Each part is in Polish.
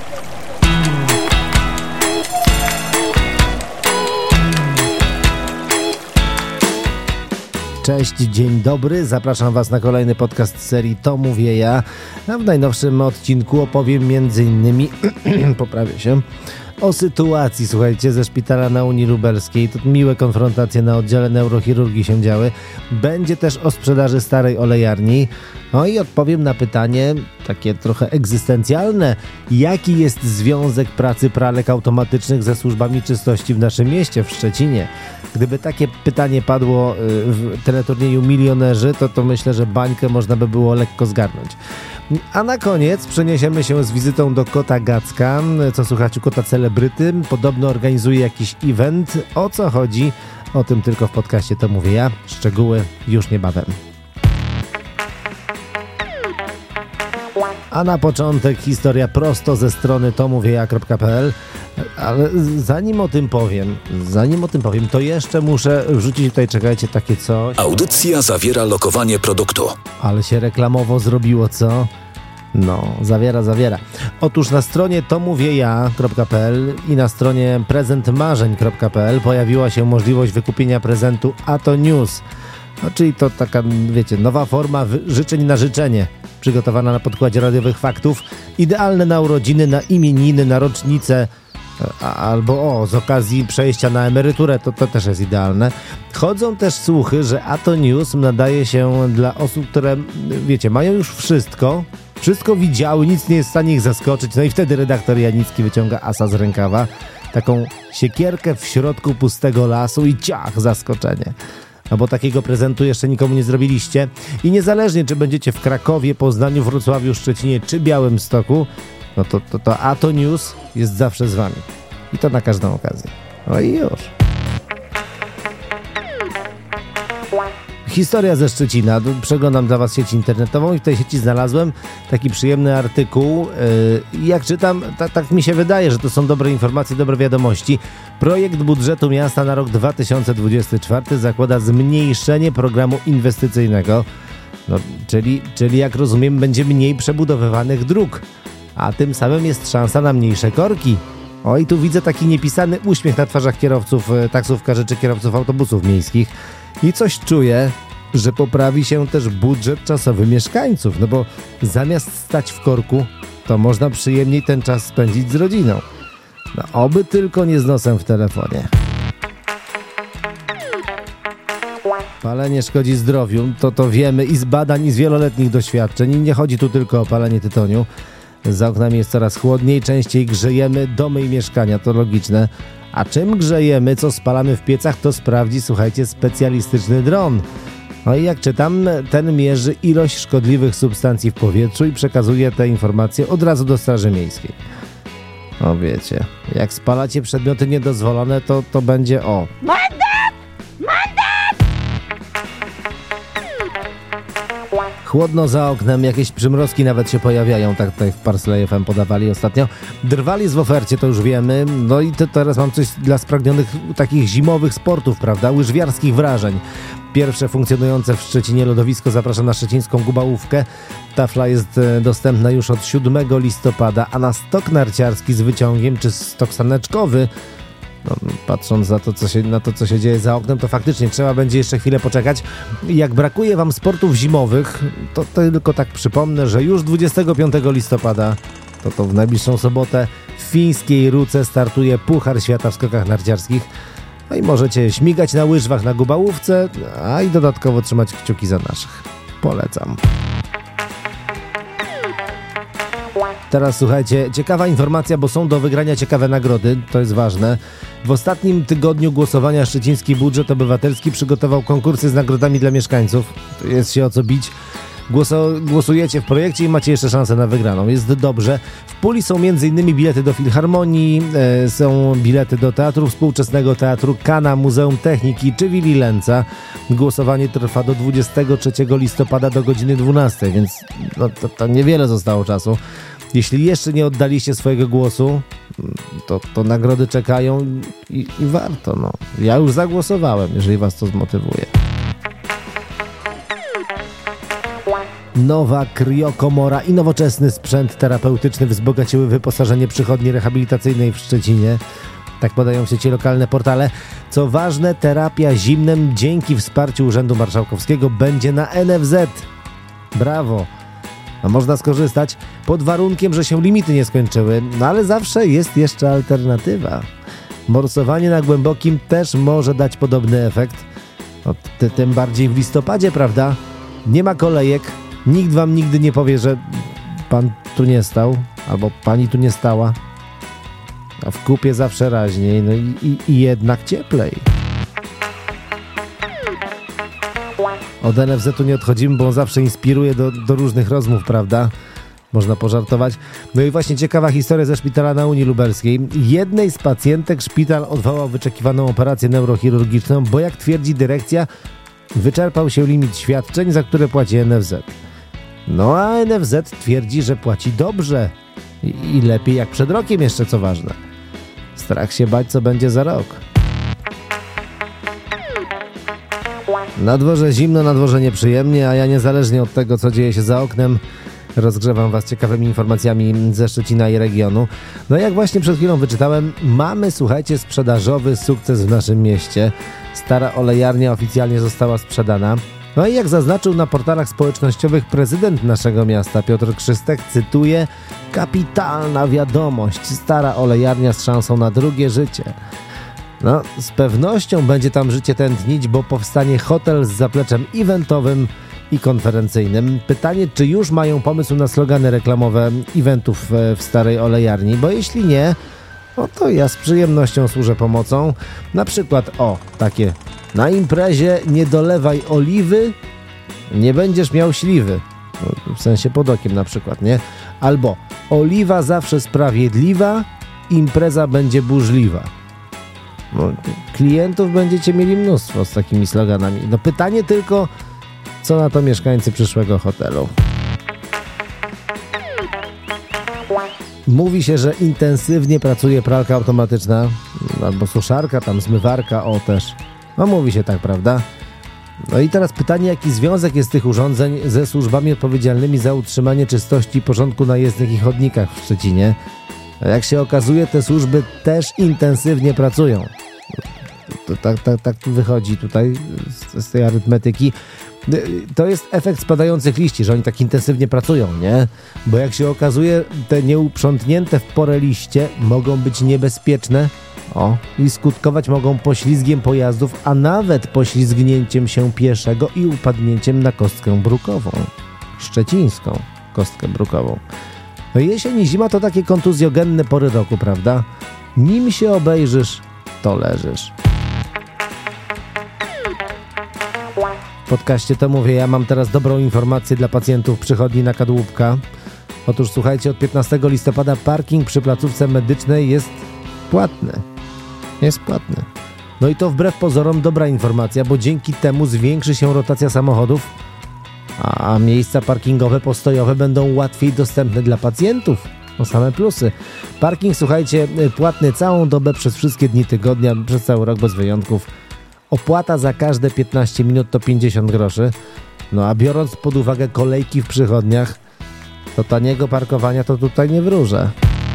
Cześć, dzień dobry, zapraszam Was na kolejny podcast serii To Mówię Ja. A w najnowszym odcinku opowiem m.in. poprawię się, o sytuacji, słuchajcie, ze szpitala na Unii Lubelskiej. To miłe konfrontacje na oddziale neurochirurgii się działy. Będzie też o sprzedaży starej olejarni. No i odpowiem na pytanie takie trochę egzystencjalne. Jaki jest związek pracy pralek automatycznych ze służbami czystości w naszym mieście, w Szczecinie? Gdyby takie pytanie padło w teleturnieju Milionerzy, to myślę, że bańkę można by było lekko zgarnąć. A na koniec przeniesiemy się z wizytą do kota Gacka. Co słychać u kota celebryty? Podobno organizuje jakiś event. O co chodzi? O tym tylko w podcaście To Mówię Ja. Szczegóły już niebawem. A na początek historia prosto ze strony tomówieja.pl. Ale zanim o tym powiem, to jeszcze muszę wrzucić tutaj, czekajcie, takie coś. Audycja zawiera lokowanie produktu. Ale się reklamowo zrobiło, co? No, zawiera. Otóż na stronie tomówieja.pl i na stronie prezentmarzeń.pl pojawiła się możliwość wykupienia prezentu Ato News. No, czyli to taka, wiecie, nowa forma życzeń na życzenie, przygotowana na podkładzie radiowych faktów, idealne na urodziny, na imieniny, na rocznicę, albo z okazji przejścia na emeryturę, to też jest idealne. Chodzą też słuchy, że Ato News nadaje się dla osób, które, wiecie, mają już wszystko widziały, nic nie jest w stanie ich zaskoczyć, no i wtedy redaktor Janicki wyciąga asa z rękawa, taką siekierkę w środku pustego lasu i ciach, zaskoczenie. No bo takiego prezentu jeszcze nikomu nie zrobiliście i niezależnie, czy będziecie w Krakowie, Poznaniu, Wrocławiu, Szczecinie czy Białymstoku, no to Ato News jest zawsze z wami. I to na każdą okazję. No i już. Historia ze Szczecina. Przeglądam dla was sieć internetową i w tej sieci znalazłem taki przyjemny artykuł. Jak czytam, tak mi się wydaje, że to są dobre informacje, dobre wiadomości. Projekt budżetu miasta na rok 2024 zakłada zmniejszenie programu inwestycyjnego. No, czyli jak rozumiem, będzie mniej przebudowywanych dróg. A tym samym jest szansa na mniejsze korki. I tu widzę taki niepisany uśmiech na twarzach kierowców taksówkarzy czy kierowców autobusów miejskich. I coś czuję, że poprawi się też budżet czasowy mieszkańców, no bo zamiast stać w korku, to można przyjemniej ten czas spędzić z rodziną. No oby tylko nie z nosem w telefonie. Palenie szkodzi zdrowiu, to wiemy i z badań, i z wieloletnich doświadczeń. I nie chodzi tu tylko o palenie tytoniu. Za oknami jest coraz chłodniej, częściej grzejemy domy i mieszkania, to logiczne. A czym grzejemy, co spalamy w piecach, to sprawdzi, słuchajcie, specjalistyczny dron. No i jak czytam, ten mierzy ilość szkodliwych substancji w powietrzu i przekazuje te informacje od razu do Straży Miejskiej. No wiecie, jak spalacie przedmioty niedozwolone, to będzie Mandat! Chłodno za oknem, jakieś przymrozki nawet się pojawiają, tak tutaj w Parsley FM podawali ostatnio. Drwal jest w ofercie, to już wiemy. No i teraz mam coś dla spragnionych takich zimowych sportów, prawda? Łyżwiarskich wrażeń. Pierwsze funkcjonujące w Szczecinie lodowisko zaprasza na szczecińską Gubałówkę. Tafla jest dostępna już od 7 listopada, a na stok narciarski z wyciągiem czy stok saneczkowy, no, patrząc na to, co się dzieje za oknem, to faktycznie trzeba będzie jeszcze chwilę poczekać. Jak brakuje wam sportów zimowych, to tylko tak przypomnę, że już 25 listopada, to w najbliższą sobotę w fińskiej Ruce startuje Puchar Świata w skokach narciarskich. No i możecie śmigać na łyżwach na Gubałówce, a i dodatkowo trzymać kciuki za naszych. Polecam. Teraz słuchajcie, ciekawa informacja, bo są do wygrania ciekawe nagrody, to jest ważne. W ostatnim tygodniu głosowania szczeciński budżet obywatelski przygotował konkursy z nagrodami dla mieszkańców. Jest się o co bić. Głosujecie w projekcie i macie jeszcze szansę na wygraną. Jest dobrze. W puli są m.in. bilety do Filharmonii, są bilety do Teatru Współczesnego, Teatru Kana, Muzeum Techniki czy Willi Lenca. Głosowanie trwa do 23 listopada do godziny 12, więc to niewiele zostało czasu. Jeśli jeszcze nie oddaliście swojego głosu, to nagrody czekają i warto. Ja już zagłosowałem, jeżeli was to zmotywuje. Nowa kriokomora i nowoczesny sprzęt terapeutyczny wzbogaciły wyposażenie przychodni rehabilitacyjnej w Szczecinie. Tak podają w sieci lokalne portale. Co ważne, terapia zimnem dzięki wsparciu Urzędu Marszałkowskiego będzie na NFZ. Brawo! A można skorzystać pod warunkiem, że się limity nie skończyły, no ale zawsze jest jeszcze alternatywa. Morsowanie na głębokim też może dać podobny efekt. No, tym bardziej w listopadzie, prawda? Nie ma kolejek, nikt wam nigdy nie powie, że pan tu nie stał, albo pani tu nie stała. A w kupie zawsze raźniej, no i jednak cieplej. Od NFZ-u nie odchodzimy, bo on zawsze inspiruje do różnych rozmów, prawda? Można pożartować. No i właśnie ciekawa historia ze szpitala na Unii Lubelskiej. Jednej z pacjentek szpital odwołał wyczekiwaną operację neurochirurgiczną, bo jak twierdzi dyrekcja, wyczerpał się limit świadczeń, za które płaci NFZ. No a NFZ twierdzi, że płaci dobrze i lepiej jak przed rokiem jeszcze, co ważne. Strach się bać, co będzie za rok. Na dworze zimno, na dworze nieprzyjemnie, a ja niezależnie od tego, co dzieje się za oknem, rozgrzewam was ciekawymi informacjami ze Szczecina i regionu. No jak właśnie przed chwilą wyczytałem, mamy, słuchajcie, sprzedażowy sukces w naszym mieście. Stara olejarnia oficjalnie została sprzedana. No i jak zaznaczył na portalach społecznościowych prezydent naszego miasta Piotr Krzystek, cytuję: kapitalna wiadomość, stara olejarnia z szansą na drugie życie. No, z pewnością będzie tam życie tętnić, bo powstanie hotel z zapleczem eventowym i konferencyjnym. Pytanie, czy już mają pomysł na slogany reklamowe eventów w starej olejarni, bo jeśli nie, no to ja z przyjemnością służę pomocą. Na przykład, takie: na imprezie nie dolewaj oliwy, nie będziesz miał śliwy. No, w sensie pod okiem na przykład, nie? Albo oliwa zawsze sprawiedliwa, impreza będzie burzliwa. No, klientów będziecie mieli mnóstwo z takimi sloganami. No pytanie tylko, co na to mieszkańcy przyszłego hotelu. Mówi się, że intensywnie pracuje pralka automatyczna, albo suszarka, tam zmywarka, też. No mówi się tak, prawda? No i teraz pytanie, jaki związek jest tych urządzeń ze służbami odpowiedzialnymi za utrzymanie czystości i porządku na jezdniach i chodnikach w Szczecinie? A jak się okazuje, te służby też intensywnie pracują. Tak wychodzi tutaj z tej arytmetyki. To jest efekt spadających liści, że oni tak intensywnie pracują, nie? Bo jak się okazuje, te nieuprzątnięte w porę liście mogą być niebezpieczne i skutkować mogą poślizgiem pojazdów, a nawet poślizgnięciem się pieszego i upadnięciem na kostkę brukową. Szczecińską kostkę brukową. No jesień i zima to takie kontuzjogenne pory roku, prawda? Nim się obejrzysz, to leżysz. W podcaście To Mówię Ja mam teraz dobrą informację dla pacjentów przychodni na Kadłubka. Otóż słuchajcie, od 15 listopada parking przy placówce medycznej jest płatny. Jest płatny. No i to wbrew pozorom dobra informacja, bo dzięki temu zwiększy się rotacja samochodów, a miejsca parkingowe postojowe będą łatwiej dostępne dla pacjentów. No same plusy. Parking, słuchajcie, płatny całą dobę przez wszystkie dni tygodnia, przez cały rok bez wyjątków. Opłata za każde 15 minut to 50 groszy. No a biorąc pod uwagę kolejki w przychodniach, to taniego parkowania to tutaj nie wróżę.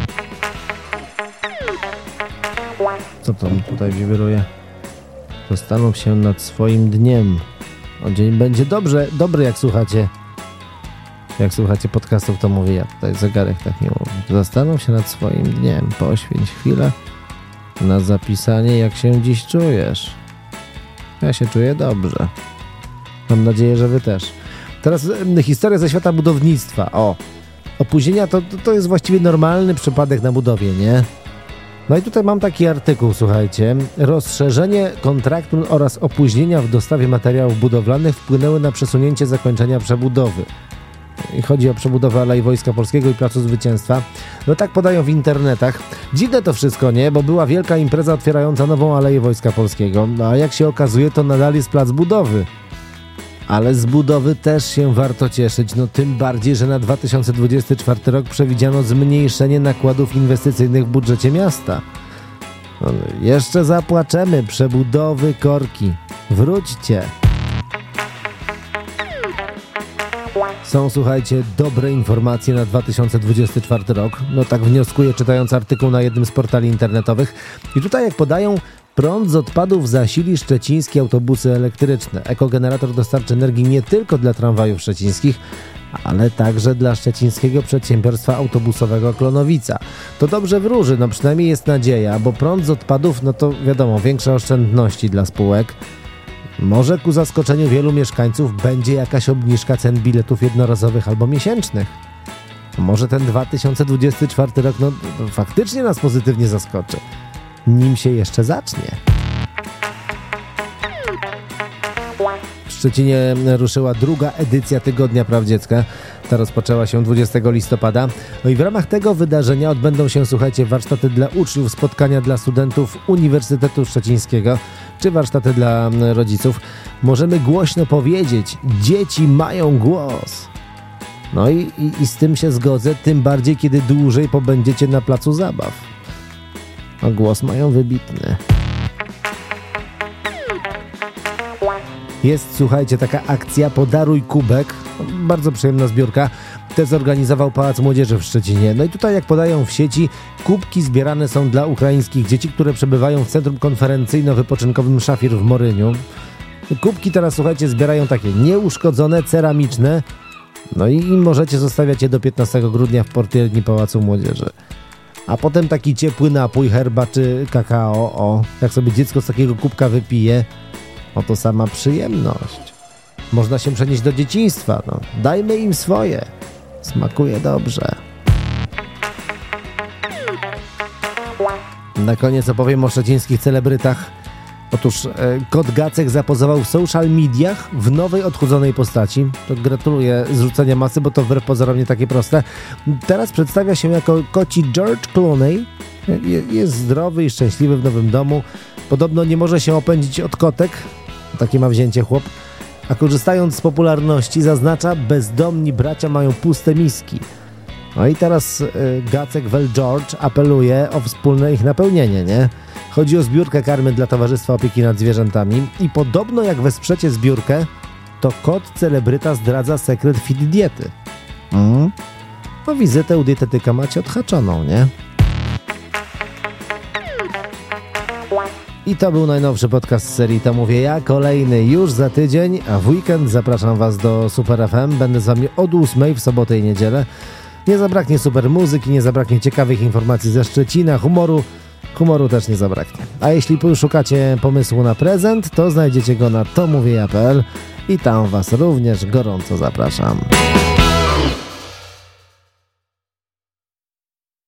Co tam tutaj wibruje? Zastanów się nad swoim dniem. Dzień będzie dobry, jak słuchacie. Jak słuchacie podcastów, to mówię ja. Tutaj zegarek tak nie mówi. Zastanów się nad swoim dniem. Poświęć chwilę na zapisanie, jak się dziś czujesz. Ja się czuję dobrze. Mam nadzieję, że wy też. Teraz historia ze świata budownictwa. Opóźnienia to jest właściwie normalny przypadek na budowie, nie? No i tutaj mam taki artykuł, słuchajcie. Rozszerzenie kontraktu oraz opóźnienia w dostawie materiałów budowlanych wpłynęły na przesunięcie zakończenia przebudowy. I chodzi o przebudowę Alei Wojska Polskiego i Placu Zwycięstwa. No tak podają w internetach. Dziwne to wszystko, nie? Bo była wielka impreza otwierająca nową Aleję Wojska Polskiego. No a jak się okazuje, to nadal jest plac budowy. Ale z budowy też się warto cieszyć, no tym bardziej, że na 2024 rok przewidziano zmniejszenie nakładów inwestycyjnych w budżecie miasta. No, jeszcze zapłaczemy przebudowy korki. Wróćcie! Są, słuchajcie, dobre informacje na 2024 rok. No tak wnioskuję, czytając artykuł na jednym z portali internetowych. I tutaj, jak podają, prąd z odpadów zasili szczecińskie autobusy elektryczne. Ekogenerator dostarczy energii nie tylko dla tramwajów szczecińskich, ale także dla szczecińskiego przedsiębiorstwa autobusowego Klonowica. To dobrze wróży, no przynajmniej jest nadzieja, bo prąd z odpadów, no to wiadomo, większe oszczędności dla spółek. Może ku zaskoczeniu wielu mieszkańców będzie jakaś obniżka cen biletów jednorazowych albo miesięcznych. Może ten 2024 rok faktycznie nas pozytywnie zaskoczy. Nim się jeszcze zacznie. W Szczecinie ruszyła druga edycja Tygodnia Praw Dziecka. Ta rozpoczęła się 20 listopada. No i w ramach tego wydarzenia odbędą się, słuchajcie, warsztaty dla uczniów, spotkania dla studentów Uniwersytetu Szczecińskiego, czy warsztaty dla rodziców. Możemy głośno powiedzieć, dzieci mają głos. No i z tym się zgodzę, tym bardziej, kiedy dłużej pobędziecie na placu zabaw. A głos mają wybitny. Jest, słuchajcie, taka akcja Podaruj Kubek. Bardzo przyjemna zbiórka. Tę zorganizował Pałac Młodzieży w Szczecinie. No i tutaj, jak podają w sieci, kubki zbierane są dla ukraińskich dzieci, które przebywają w centrum konferencyjno-wypoczynkowym Szafir w Moryniu. Kubki teraz, słuchajcie, zbierają takie nieuszkodzone, ceramiczne. No i możecie zostawiać je do 15 grudnia w portierni Pałacu Młodzieży. A potem taki ciepły napój, herba czy kakao. Jak sobie dziecko z takiego kubka wypije, to sama przyjemność. Można się przenieść do dzieciństwa. Dajmy im swoje. Smakuje dobrze. Na koniec opowiem o szczecińskich celebrytach. Otóż kot Gacek zapozował w social mediach w nowej odchudzonej postaci. To gratuluję zrzucenia masy, bo to wbrew pozorom nie takie proste. Teraz przedstawia się jako koci George Clooney. Jest zdrowy i szczęśliwy w nowym domu. Podobno nie może się opędzić od kotek. Takie ma wzięcie chłop. A korzystając z popularności, zaznacza, bezdomni bracia mają puste miski. No i teraz Gacek Wel George apeluje o wspólne ich napełnienie, nie? Chodzi o zbiórkę karmy dla Towarzystwa Opieki nad Zwierzętami i podobno jak wesprzecie zbiórkę, to kot celebryta zdradza sekret fit diety. No wizytę u dietetyka macie odhaczoną, nie? I to był najnowszy podcast z serii To Mówię Ja, kolejny już za tydzień, a w weekend zapraszam Was do Super FM. Będę z Wami od 8 w sobotę i niedzielę. Nie zabraknie super muzyki, nie zabraknie ciekawych informacji ze Szczecina, humoru też nie zabraknie. A jeśli szukacie pomysłu na prezent, to znajdziecie go na tomówieja.pl i tam Was również gorąco zapraszam.